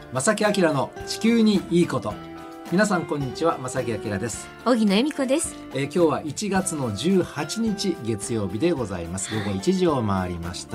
正木明の地球にいいこと。皆さんこんにちは、正木明です。 荻野恵美子です。 今日は1月の18日月曜日でございます。午後1時を回りました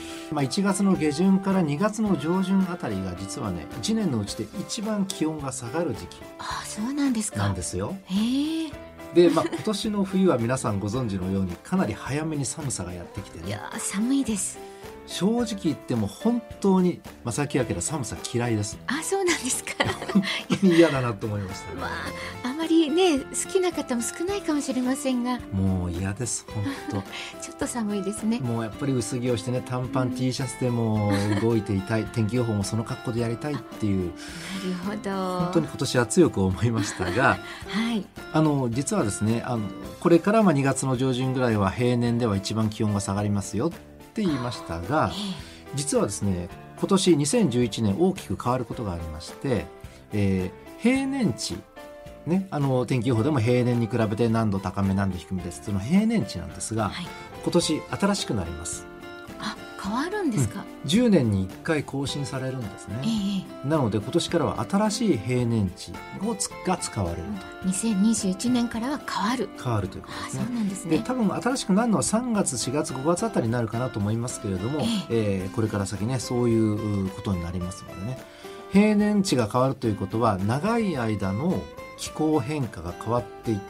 。1月の下旬から2月の上旬あたりが実はね、1年のうちで一番気温が下がる時期そうなんですか。 なんですよ。 で、 今年の冬は皆さんご存知のようにかなり早めに寒さがやってきてね。 いや寒いです。 正直言っても本当に正木明寒さ嫌いです。 そうなんですか。 本当に嫌だなと思いましたね。 あまりね好きな方も少ないかもしれませんが、 もう嫌です。本当ちょっと寒いですね。 もうやっぱり薄着をしてね、短パン T シャツでも動いていたい、天気予報もその格好でやりたいっていう。 なるほど。 本当に今年は強く思いましたが、 はい、 実はですね、これから2月の上旬ぐらいは平年では一番気温が下がりますよって言いましたが、実はですね、今年2011年大きく変わることがありまして、平年値ね、天気予報でも平年に比べて何度高め何度低めですというのは平年値なんですが、今年新しくなります。 変わるんですか。 10年に1回更新されるんですね。なので今年からは新しい平年値が使われると。2021年からは変わるということですね。 そうなんですね。 で、多分新しくなるのは3月4月5月あたりになるかなと思いますけれども、これから先ね、そういうことになりますのでね、平年値が変わるということは長い間の気候変化が変わっていって、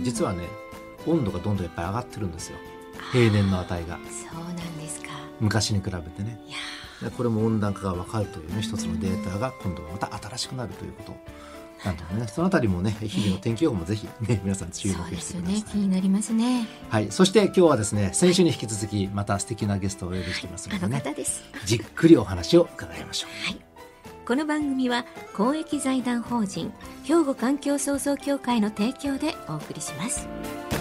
実はね、温度がどんどんやっぱり上がってるんですよ、平年の値が。 そうなんですか。 昔に比べてね。これも温暖化が分かるというね、一つのデータが今度はまた新しくなるということなんだね。そのあたりもね、日々の天気予報もぜひね、皆さん注目してください。 そうですよね、気になりますね。 はい、そして今日はですね、先週に引き続きまた素敵なゲストをお呼びしていますのでね、 方です。 じっくりお話を伺いましょう。 この番組は公益財団法人兵庫環境創造協会の提供でお送りします。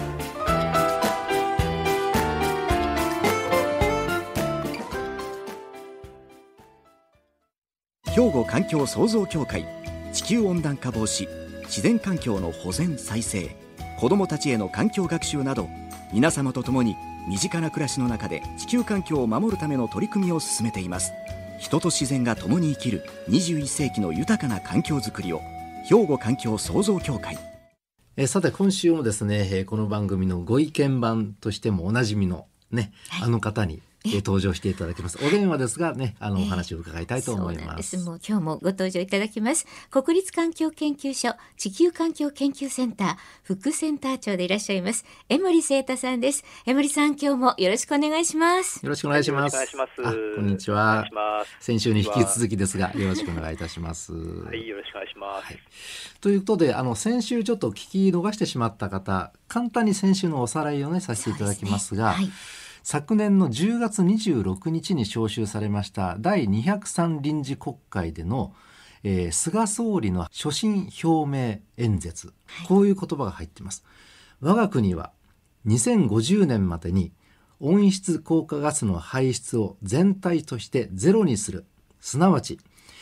兵庫環境創造協会、地球温暖化防止、自然環境の保全再生、子どもたちへの環境学習など、皆様と共に身近な暮らしの中で地球環境を守るための取り組みを進めています。人と自然が共に生きる21世紀の豊かな環境づくりを、兵庫環境創造協会。 さて今週もですね、この番組のご意見番としてもおなじみのね、あの方に登場していただきます。お電話ですがね、お話を伺いたいと思います。 そうなんです。もう今日もご登場いただきます。国立環境研究所地球環境研究センター副センター長でいらっしゃいます江森誠太さんです。江森さん、今日もよろしくお願いします。 よろしくお願いします。こんにちは。先週に引き続きですがよろしくお願いいたします。 はい、よろしくお願いします。 ということで、先週ちょっと聞き逃してしまった方、簡単に先週のおさらいをねさせていただきますが、昨年の10月26日に召集されました第203臨時国会での、菅総理の所信表明演説、こういう言葉が入っています。我が国は2050年までに温室効果ガスの排出を全体としてゼロにする、すなわち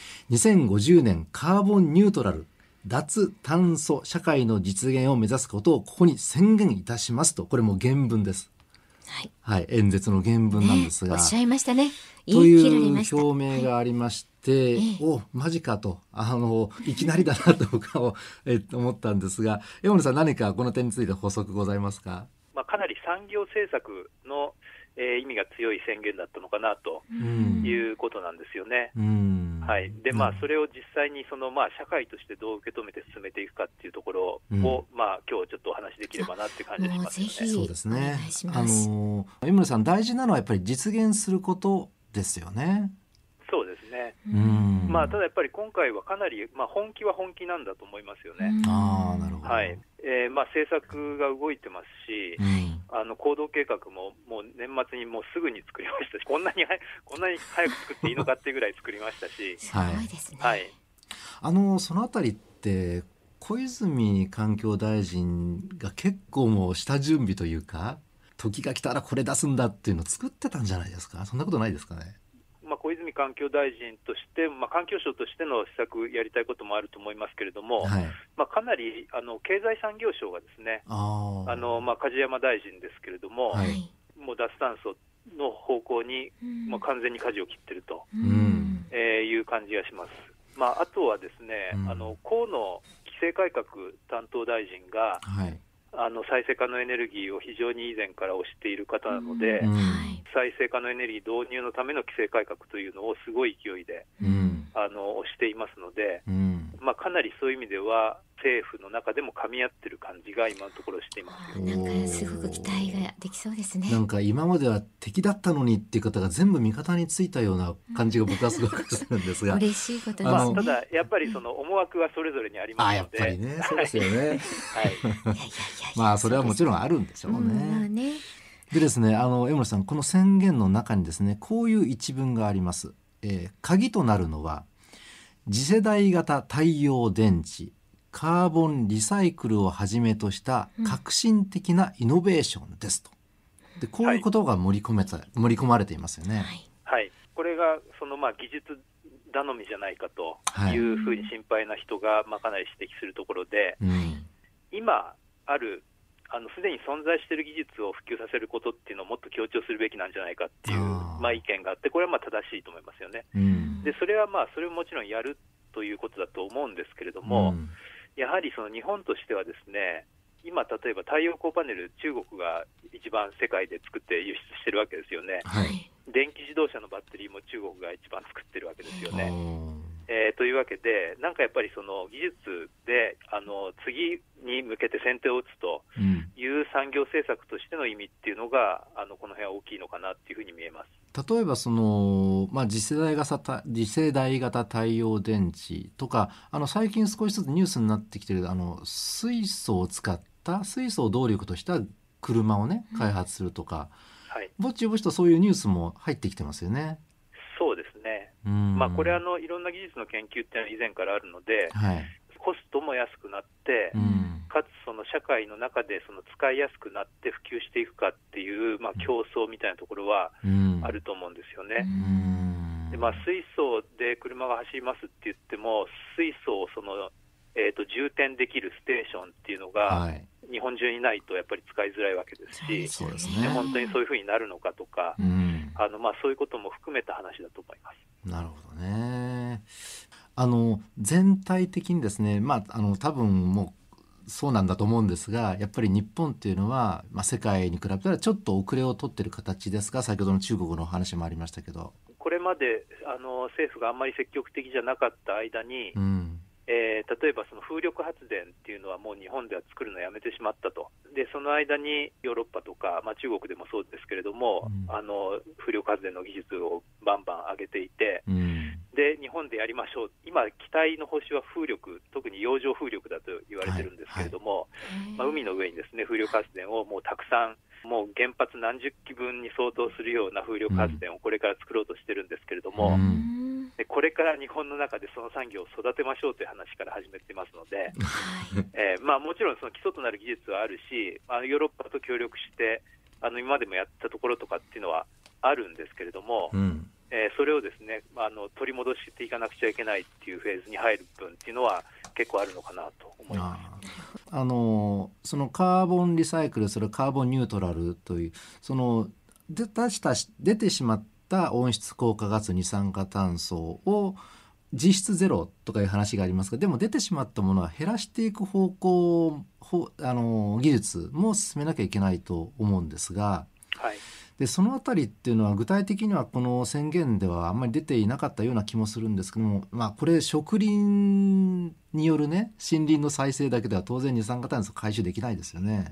2050年カーボンニュートラル脱炭素社会の実現を目指すことをここに宣言いたしますと、これも原文です。演説の原文なんですが、 おっしゃいましたね。 という表明がありまして、マジかと、いきなりだなと僕は思ったんですが、江森さん、何かこの点について補足ございますか？ かなり産業政策の意味が強い宣言だったのかなということなんですよね。で、それを実際に社会としてどう受け止めて進めていくかっていうところを、今日ちょっとお話しできればなっていう感じがしますよね。 そうですね。江森さん、大事なのはやっぱり実現することですよね。 そうですね。ただやっぱり今回はかなり、本気は本気なんだと思いますよね。 なるほど。 政策が動いてますし、行動計画ももう年末にもうすぐに作りましたし、こんなに早く作っていいのかっていうぐらい作りましたし、 すごいですね。 そのあたりって小泉環境大臣が結構もう下準備というか、時が来たらこれ出すんだっていうのを作ってたんじゃないですか？そんなことないですかね？ 小泉環境大臣として、環境省としての施策やりたいこともあると思いますけれども、かなり経済産業省がですね、梶山大臣ですけれども、もう脱炭素の方向に、完全に舵を切っているという感じがします。 あとはですね、河野規制改革担当大臣が、はい、再生可能エネルギーを非常に以前から推している方なので、再生可能エネルギー導入のための規制改革というのをすごい勢いで、推していますので、かなりそういう意味では政府の中でも噛み合ってる感じが今のところしていますよ。 なんかすごく期待ができそうですね。 なんか今までは敵だったのにっていう方が全部味方についたような感じが僕はすごくするんですが嬉しいことですね。 ただやっぱりその思惑はそれぞれにありますので、 やっぱりね、そうですよねはい、 それはもちろんあるんでしょうね。でですね、江森さん、この宣言の中にですね、こういう一文があります。鍵となるのは次世代型太陽電池、カーボンリサイクルをはじめとした革新的なイノベーションですと。でこういうことが盛り込まれていますよね。 はい、これがその技術頼みじゃないかというふうに心配な人がかなり指摘するところで、今あるすでに存在している技術を普及させることっていうのをもっと強調するべきなんじゃないかっていう意見があって、これは正しいと思いますよね。でそれはそれをもちろんやるということだと思うんですけれども、やはりその日本としてはですね、今例えば太陽光パネル、中国が一番世界で作って輸出してるわけですよね。電気自動車のバッテリーも中国が一番作ってるわけですよね。というわけで、なんかやっぱりその技術で次に向けて先手を打つという産業政策としての意味っていうのがこの辺は大きいのかなっていうふうに見えます。 例えばその、次世代型太陽電池とか最近少しずつニュースになってきている水素を使った水素を動力とした車をね開発するとか、ぼちぼちとそういうニュースも入ってきてますよね。 そうですね。これいろんな技術の研究っていうのは以前からあるので、コストも安くなって、かつその社会の中でその使いやすくなって普及していくかっていう、競争みたいなところはあると思うんですよね。で水素で車が走りますって言っても、水素を充填できるステーションっていうのが、日本中にないとやっぱり使いづらいわけですし、本当にそういうふうになるのかとか、そういうことも含めた話だと思います。 なるほどね。全体的にですね、多分もうそうなんだと思うんですが、やっぱり日本っていうのは、世界に比べたらちょっと遅れを取っている形ですが、先ほどの中国の話もありましたけど、 これまで政府があんまり積極的じゃなかった間に、例えばその風力発電っていうのはもう日本では作るのをやめてしまったと。でその間にヨーロッパとか、中国でもそうですけれども、風力発電の技術をバンバン上げていて、で日本でやりましょう。今期待の星は風力、特に洋上風力だと言われてるんですけれども、海の上にですね風力発電をもうたくさん、もう原発何十基分に相当するような風力発電をこれから作ろうとしてるんですけれども、でこれから日本の中でその産業を育てましょうという話から始めてますので、もちろんその基礎となる技術はあるし、ヨーロッパと協力して今までもやったところとかっていうのはあるんですけれども、それをですね、取り戻していかなくちゃいけないっていうフェーズに入る部分っていうのは結構あるのかなと思います。 そのカーボンリサイクル、それカーボンニュートラルというその出てしまった温室効果ガス、二酸化炭素を実質ゼロとかいう話がありますが、でも出てしまったものは減らしていく方向、技術も進めなきゃいけないと思うんですが、でそのあたりっていうのは具体的にはこの宣言ではあんまり出ていなかったような気もするんですけども、これ植林によるね森林の再生だけでは当然二酸化炭素回収できないですよね。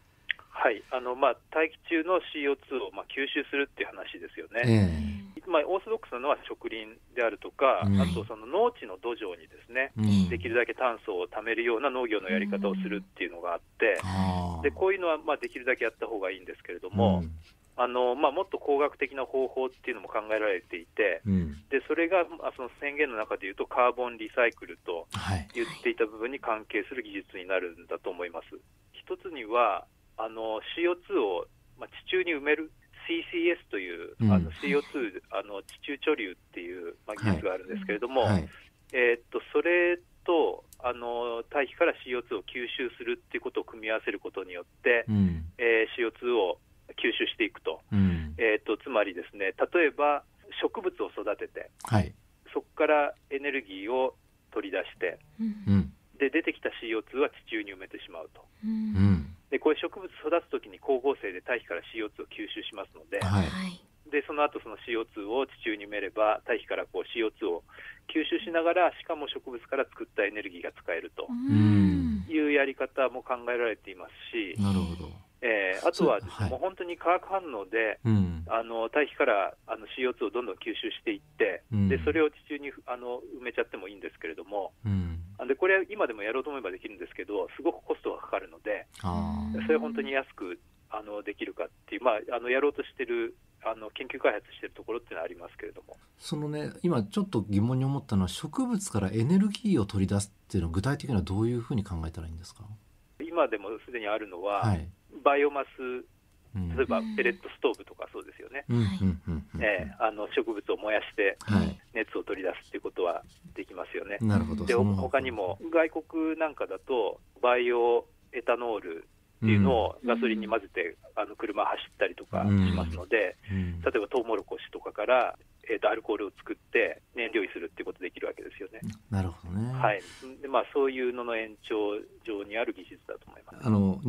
大気中の CO2 を吸収するっていう話ですよね。オーソドックスなのは植林であるとか、あとその農地の土壌にですね、できるだけ炭素を貯めるような農業のやり方をするっていうのがあって、でこういうのはできるだけやった方がいいんですけれども、もっと工学的な方法っていうのも考えられていて、でそれがその宣言の中でいうとカーボンリサイクルと言っていた部分に関係する技術になるんだと思います。一つにはCO2 を地中に埋める CCS という、CO2 地中貯留っていう、技術があるんですけれども、それと大気から CO2 を吸収するっていうことを組み合わせることによって、CO2 を吸収していくと、つまりですね、例えば植物を育てて、 そこからエネルギーを取り出して、で出てきた CO2 は地中に埋めてしまうと、でこれ植物育つときに光合成で大気から CO2 を吸収しますので、でその後その CO2 を地中に埋めれば大気からこう CO2 を吸収しながら、しかも植物から作ったエネルギーが使えるというやり方も考えられていますし、 なるほど。 あとはですね、もう本当に化学反応で、大気からCO2 をどんどん吸収していって、でそれを地中に埋めちゃってもいいんですけれども、でこれ今でもやろうと思えばできるんですけど、すごくコストがかかるので、それを本当に安くできるかっていう、やろうとしてる研究開発してるところっていうのはありますけれども、 そのね、今ちょっと疑問に思ったのは、植物からエネルギーを取り出すっていうのは具体的にはどういうふうに考えたらいいんですか？ 今でもすでにあるのは、バイオマス、例えばペレットストーブとかそうですよね。植物を燃やして熱を取り出すっていうことはできますよね。 なるほど。 で他にも外国なんかだとバイオエタノールっていうのをガソリンに混ぜて車走ったりとかしますので、例えばトウモロコシとかからアルコールを作って燃料にするっていうことできるわけですよね。 なるほどね。 でそういうのの延長上にある技術だと思います。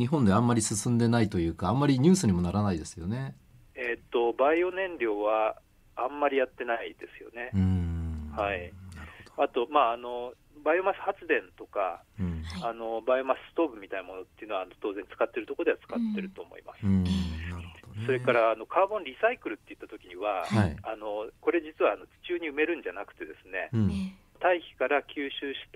日本であんまり進んでないというか、あんまりニュースにもならないですよね。 バイオ燃料はあんまりやってないですよね。あと、バイオマス発電とか、バイオマスストーブみたいなものっていうのは当然使ってるところでは使ってると思います。それからカーボンリサイクルっていったときには、これ実は地中に埋めるんじゃなくてですね、大気から吸収した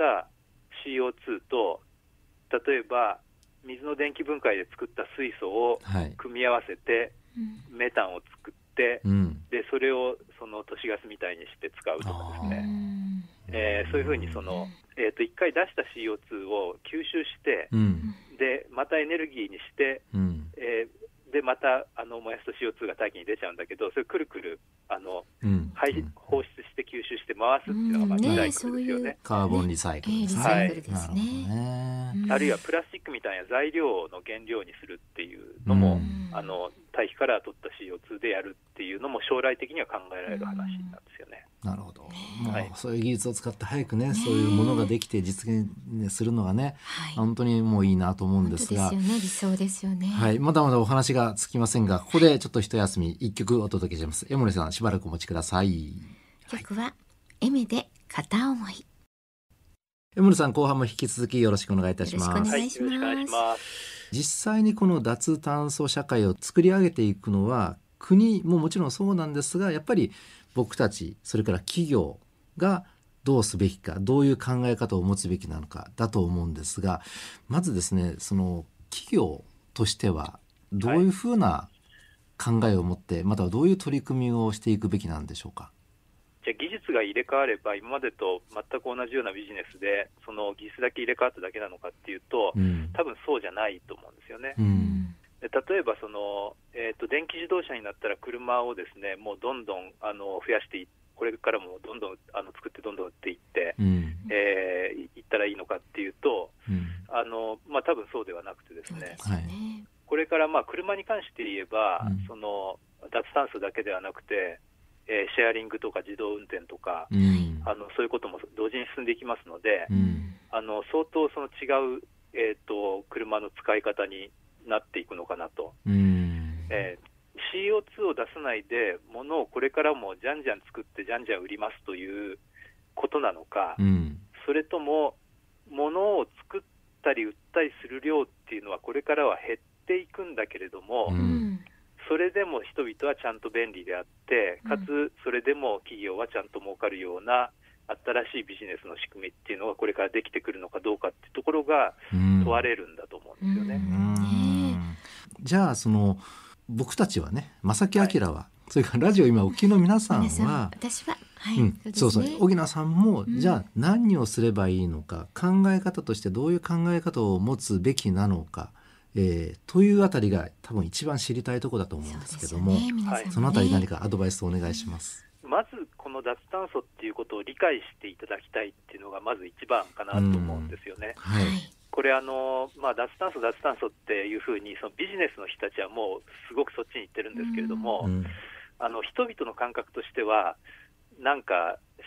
CO2 と、例えば水の電気分解で作った水素を組み合わせてメタンを作って、でそれをその都市ガスみたいにして使うとかですね、そういうふうに一回出した CO2 を吸収して、でまたエネルギーにして、でまた燃やすと CO2 が大気に出ちゃうんだけど、それくるくる放出して吸収して回すっていうのがリサイクルですよね。 カーボンリサイクルですね。 あるいはプラスチックみたいな材料の原料にするっていうのも、大気から取った CO2 でやるっていうのも将来的には考えられる話なんですよね。 なるほど。そういう技術を使って早くね、そういうものができて実現するのがね、本当にもういいなと思うんですが、 理想ですよね。 まだまだお話がつきませんが、ここでちょっと一休み、一曲お届けします。江森さん、しばらくお待ちください。 曲はエメで片思い。 江森さん、後半も引き続きよろしくお願いいたします。 よろしくお願いします。 実際にこの脱炭素社会を作り上げていくのは、国ももちろんそうなんですが、やっぱり僕たち、それから企業がどうすべきか、どういう考え方を持つべきなのかだと思うんですが、まずですね、その企業としてはどういうふうな考えを持って、またはどういう取り組みをしていくべきなんでしょうか。 じゃあ技術が入れ替われば今までと全く同じようなビジネスでその技術だけ入れ替わっただけなのかっていうと、多分そうじゃないと思うんですよね。例えば電気自動車になったら車をですね、もうどんどん増やしてこれからもどんどん作ってどんどん売っていって、いったらいいのかっていうと、多分そうではなくてですね、これから車に関して言えば、その脱炭素だけではなくて、シェアリングとか自動運転とか、そういうことも同時に進んでいきますので、相当その違う、車の使い方になっていくのかなと。CO2 を出さないで物をこれからもじゃんじゃん作ってじゃんじゃん売りますということなのか、それとも物を作ったり売ったりする量っていうのはこれからは減っていくんだけれども、それでも人々はちゃんと便利であって、かつそれでも企業はちゃんと儲かるような新しいビジネスの仕組みっていうのがこれからできてくるのかどうかっていうところが問われるんだと思うんですよね。 じゃあ僕たちはね、正木明は、それからラジオ今お聞きの皆さんは、 私は、 荻野さんも、じゃあ何をすればいいのか、考え方としてどういう考え方を持つべきなのか、というあたりが多分一番知りたいところだと思うんですけども、そのあたり何かアドバイスをお願いします。 まずこの脱炭素っていうことを理解していただきたいっていうのがまず一番かなと思うんですよね。これ脱炭素っていうふうにそのビジネスの人たちはもうすごくそっちに行ってるんですけれども、人々の感覚としてはなんか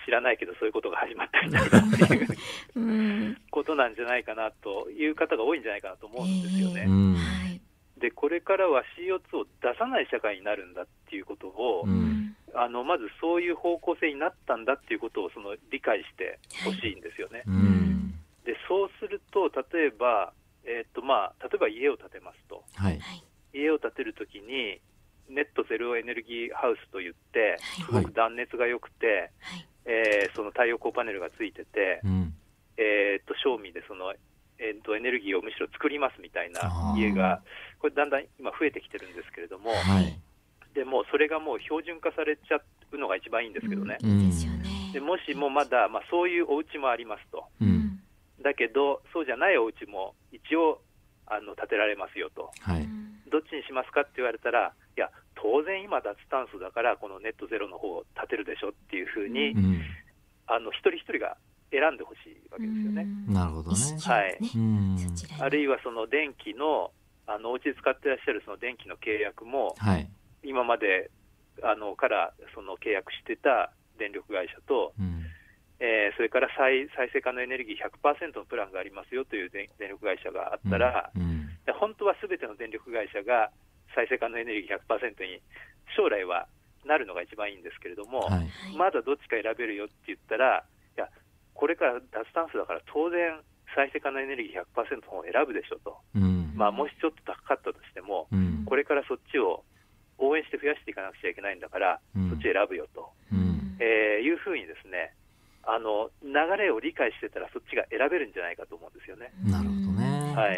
知らないけどそういうことが始まったんだっていうことなんじゃないかなという方が多いんじゃないかなと思うんですよね。でこれからは CO2 を出さない社会になるんだっていうことを、まずそういう方向性になったんだっていうことを理解してほしいんですよね。でそうすると例えば、例えば家を建てますと、家を建てるときにネットゼロエネルギーハウスといってすごく断熱が良くて、その太陽光パネルがついてて、賞味でエネルギーをむしろ作りますみたいな家がこれだんだん今増えてきてるんですけれども、でもそれがもう標準化されちゃうのが一番いいんですけどね。でもしもまだ、そういうお家もありますと、だけどそうじゃないお家も一応建てられますよと、どっちにしますかって言われたら、いや当然今脱炭素だからこのネットゼロの方を建てるでしょっていうふうに、一人一人が選んでほしいわけですよね。 なるほどね。 あるいはその電気のお家で使ってらっしゃるその電気の契約も、今までからその契約してた電力会社と、それから再生可能エネルギー 100% のプランがありますよという電力会社があったら、本当はすべての電力会社が再生可能エネルギー 100% に将来はなるのが一番いいんですけれども、まだどっちか選べるよって言ったら、いやこれから脱炭素だから当然再生可能エネルギー 100% の方を選ぶでしょと、もしちょっと高かったとしても、これからそっちを応援して増やしていかなくちゃいけないんだから、そっち選ぶよと、いうふうにですね、流れを理解してたらそっちが選べるんじゃないかと思うんですよね。 なるほどね。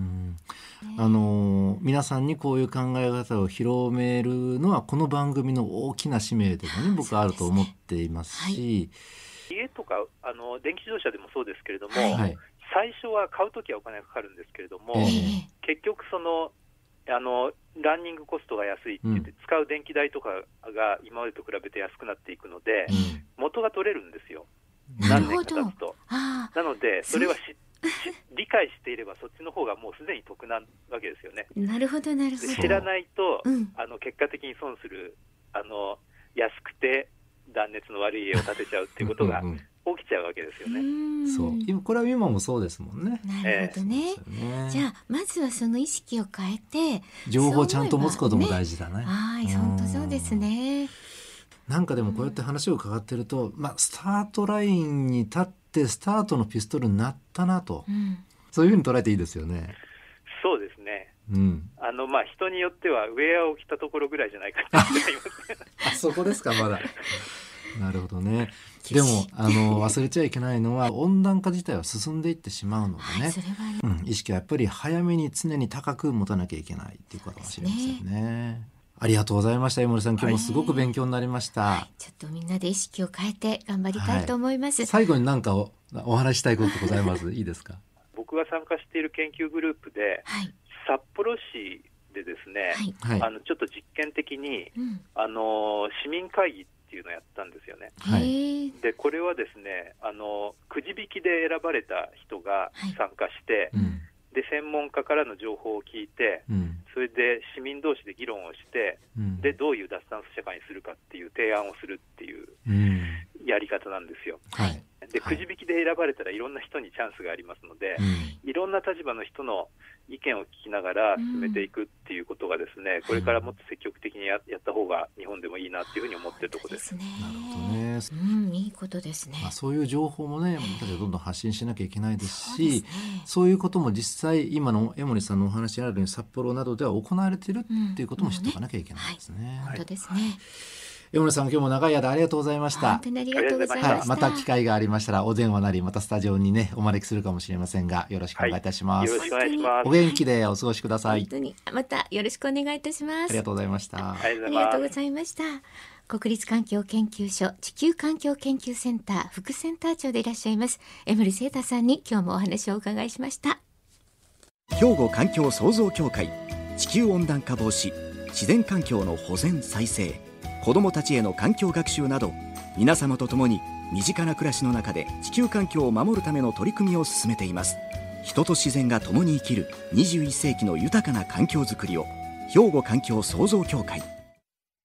皆さんにこういう考え方を広めるのはこの番組の大きな使命でもね、僕はあると思っていますし、 家とか電気自動車でもそうですけれども、最初は買うときはお金がかかるんですけれども、結局ランニングコストが安いって言って、使う電気代とかが今までと比べて安くなっていくので、元が取れるんですよ、何年か経つと。なのでそれは理解していればそっちの方がもうすでに得なわけですよね。 なるほどなるほど。 知らないと、結果的に損する安くて断熱の悪い家を建てちゃうっていうことが起きちゃうわけですよね。 そうこれは今もそうですもんね。 なるほどね。じゃあまずはその意識を変えて情報をちゃんと持つことも大事だね。 本当そうですね。 なんかでもこうやって話を伺ってると、スタートラインに立ってスタートのピストルになったなと、そういうふうに捉えていいですよね。 そうですね。人によってはウェアを着たところぐらいじゃないかって思います。 そこですか、まだ。なるほどね。でも忘れちゃいけないのは温暖化自体は進んでいってしまうのでね、意識はやっぱり早めに常に高く持たなきゃいけないっていうことかもしれませんね。ありがとうございました。江森さん、今日もすごく勉強になりました。 ちょっとみんなで意識を変えて頑張りたいと思います。 最後に何かお話したいことございます。いいですか。 僕が参加している研究グループで、札幌市でですね、ちょっと実験的に、市民会議っていうのをやったんですよね。でこれはですね、くじ引きで選ばれた人が参加して、で専門家からの情報を聞いて、それで市民同士で議論をして、でどういう脱炭素社会にするかっていう提案をするっていうやり方なんですよ。でくじ引きで選ばれたらいろんな人にチャンスがありますので、いろんな立場の人の意見を聞きながら進めていくっていうことがですね、これからもっと積極的にやった方が日本でもいいなっていうふうに思っているところです。 なるほどね。 いいことですね。 そういう情報もね、どんどん発信しなきゃいけないですし、そういうことも実際今の江森さんのお話にあるように札幌などでは行われているっていうことも知っておかなきゃいけないですね。 本当ですね。 江森さん、今日も長い間ありがとうございました。 本当にありがとうございました。 また機会がありましたらお電話なりまたスタジオにねお招きするかもしれませんが、よろしくお願いいたします。 よろしくお願いします。 お元気でお過ごしください。 本当にまたよろしくお願いいたします。 ありがとうございました。 ありがとうございました。国立環境研究所地球環境研究センター副センター長でいらっしゃいます江森聖太さんに今日もお話をお伺いしました。 兵庫環境創造協会、地球温暖化防止、自然環境の保全再生、子どもたちへの環境学習など、皆様と共に身近な暮らしの中で地球環境を守るための取り組みを進めています。人と自然が共に生きる21世紀の豊かな環境づくりを、兵庫環境創造協会。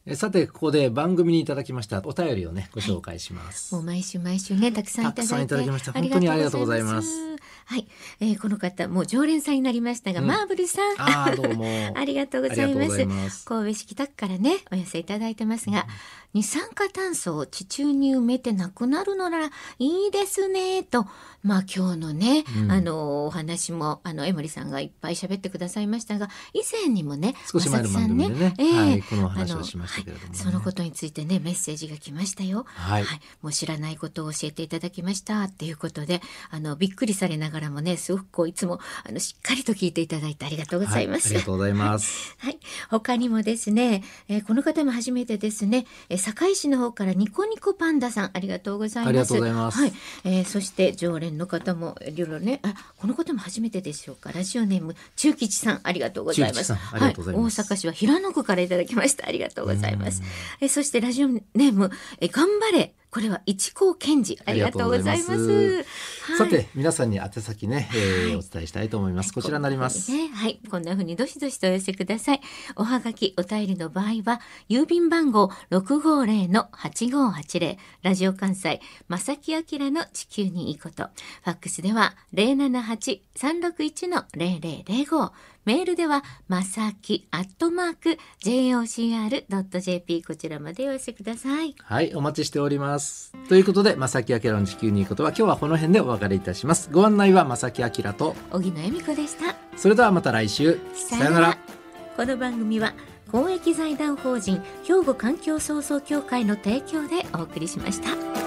さてここで番組にいただきましたお便りをねご紹介します。 もう毎週ねたくさんいただいてました本当にありがとうございます。 はい、この方もう常連さんになりましたが、マーブルさんどうもありがとうございます。神戸市北区からねお寄せいただいてますが、二酸化炭素を地中に埋めてなくなるのならいいですねと、今日のね、お話も江森さんがいっぱい喋ってくださいましたが、以前にもね少し前の番組でね、この話をしましたけれども、 そのことについてねメッセージが来ましたよ。もう知らないことを教えていただきましたっていうことで、びっくりされながらもねすごくいつもしっかりと聞いていただいてありがとうございます。 ありがとうございます。 他にもですね、この方も初めてですね、堺市の方からニコニコパンダさんありがとうございます。 ありがとうございます。 そして常連の方もいろいろね、この方も初めてでしょうか。ラジオネーム中吉さんありがとうございます。大阪市は平野区からいただきました。ありがとうございます。そしてラジオネーム頑張れ、これは一高健二ありがとうございます。 さて皆さんに宛先ね、お伝えしたいと思います。こちらになります。 こんな風にどしどしとお寄せください。おはがきお便りの場合は郵便番号 650-8580 ラジオ関西正木明の地球にいいこと、ファックスでは 078-361-0005、メールではまさき@jocr.jp こちらまでお寄せください。 お待ちしております。ということで正木明の地球にいいことは今日はこの辺でお別れいたします。ご案内は正木明と荻野恵美子でした。 それではまた来週、さよなら。 この番組は公益財団法人兵庫環境創造協会の提供でお送りしました。